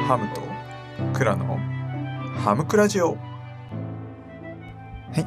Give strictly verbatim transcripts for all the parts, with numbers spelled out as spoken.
ハムとクラのハムクラジオ。はい、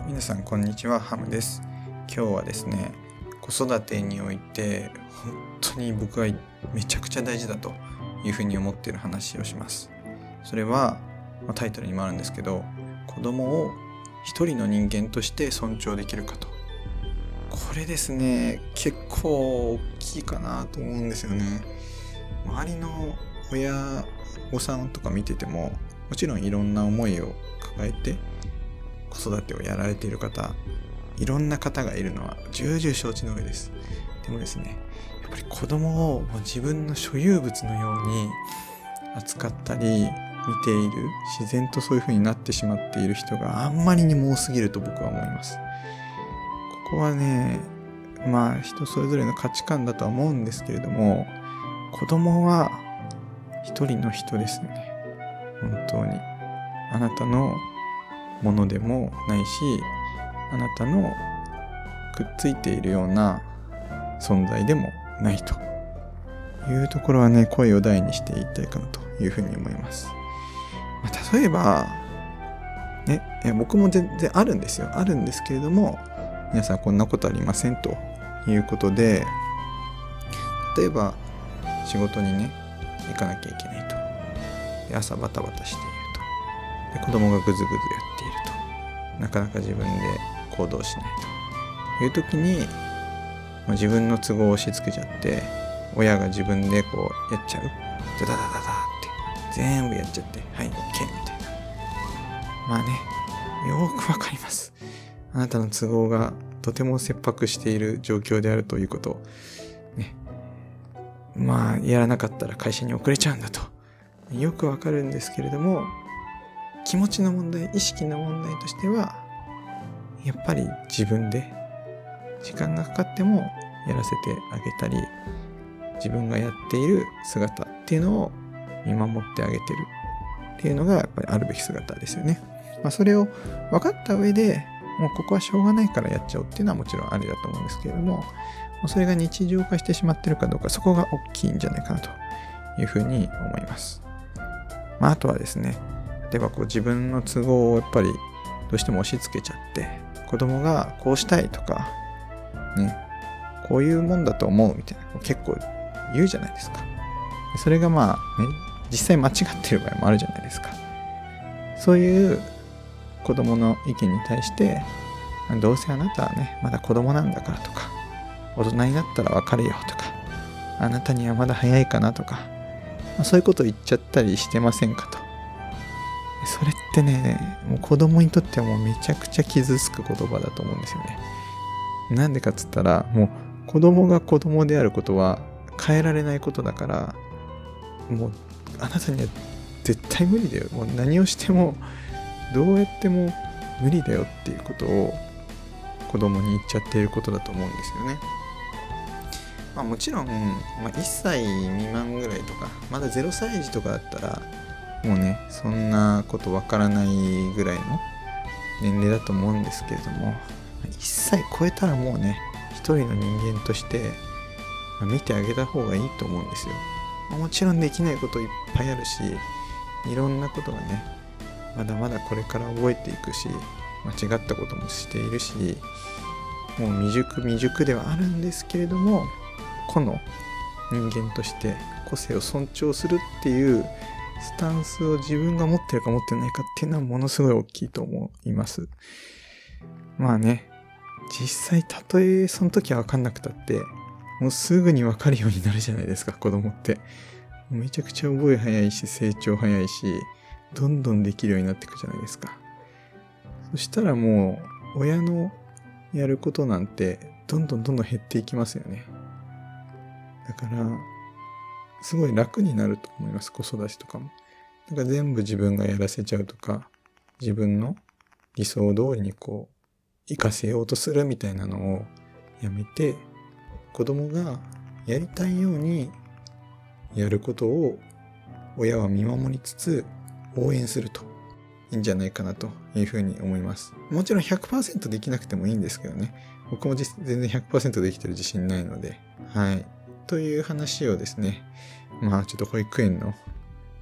皆さんこんにちは、ハムです。今日はですね、子育てにおいて本当に僕はめちゃくちゃ大事だというふうに思っている話をします。それは、まあ、タイトルにもあるんですけど、子供を一人の人間として尊重できるかと。これですね、結構大きいかなと思うんですよね。周りの親御さんとか見てても、もちろんいろんな思いを抱えて子育てをやられている方、いろんな方がいるのは重々承知の上です。でもですね、やっぱり子供をもう自分の所有物のように扱ったり見ている、自然とそういう風になってしまっている人があんまりにも多すぎると僕は思います。ここはね、まあ人それぞれの価値観だとは思うんですけれども、子供は一人の人ですね。本当にあなたのものでもないし、あなたのくっついているような存在でもないというところはね、声を大にして言いたいかなというふうに思います。まあ、例えばね、僕も全然あるんですよ。あるんですけれども、皆さんこんなことありませんということで、例えば仕事にね行かなきゃいけないと。で、朝バタバタしていると。で、子供がぐずぐずやっていると。なかなか自分で行動しないという時に、まあ、自分の都合を押し付けちゃって、親が自分でこうやっちゃう。ダダダダダって全部やっちゃって、はい、OK みたいな。まあね、よーくわかります。あなたの都合がとても切迫している状況であるということをね、まあやらなかったら会社に遅れちゃうんだとよくわかるんですけれども、気持ちの問題、意識の問題としてはやっぱり自分で時間がかかってもやらせてあげたり、自分がやっている姿っていうのを見守ってあげてるっていうのがやっぱりあるべき姿ですよね。まあ、それを分かった上でもうここはしょうがないからやっちゃおうっていうのはもちろんありだと思うんですけれども、それが日常化してしまってるかどうか、そこが大きいんじゃないかなというふうに思います。まあ、あとはですね、例えばこう自分の都合をやっぱりどうしても押し付けちゃって、子供がこうしたいとかね、こういうもんだと思うみたいな結構言うじゃないですか。それがまあね、実際間違ってる場合もあるじゃないですか。そういう子供の意見に対して、どうせあなたはねまだ子供なんだからとか、大人になったら別れようとか、あなたにはまだ早いかなとか、まあ、そういうことを言っちゃったりしてませんかと。それってね、もう子供にとってはもうめちゃくちゃ傷つく言葉だと思うんですよね。なんでかっつったら、もう子供が子供であることは変えられないことだから、もうあなたには絶対無理だよ、もう何をしてもどうやっても無理だよっていうことを子供に言っちゃっていることだと思うんですよね。まあ、もちろん、まあ、いっさい未満ぐらいとか、まだゼロさい児とかだったらもうね、そんなことわからないぐらいの年齢だと思うんですけれども、いっさい超えたらもうね、一人の人間として見てあげた方がいいと思うんですよ。もちろんできないこといっぱいあるし、いろんなことがね、まだまだこれから覚えていくし、間違ったこともしているし、もう未熟未熟ではあるんですけれども、個の人間として個性を尊重するっていうスタンスを自分が持ってるか持ってないかっていうのはものすごい大きいと思います。まあね、実際たとえその時は分かんなくたってもうすぐに分かるようになるじゃないですか。子供ってめちゃくちゃ覚え早いし、成長早いし、どんどんできるようになっていくじゃないですか。そしたらもう親のやることなんてどんどんどんどん減っていきますよね。だからすごい楽になると思います。子育てとかもなんか全部自分がやらせちゃうとか、自分の理想通りにこう生かせようとするみたいなのをやめて、子供がやりたいようにやることを親は見守りつつ応援するといいんじゃないかなというふうに思います。もちろん ひゃくパーセント できなくてもいいんですけどね。僕も全然 ひゃくパーセント できてる自信ないので、はい。という話をですね、まあちょっと保育園の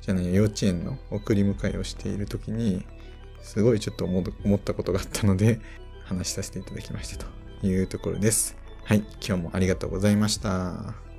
じゃない幼稚園の送り迎えをしている時にすごいちょっと思ったことがあったので話しさせていただきましたというところです。はい、今日もありがとうございました。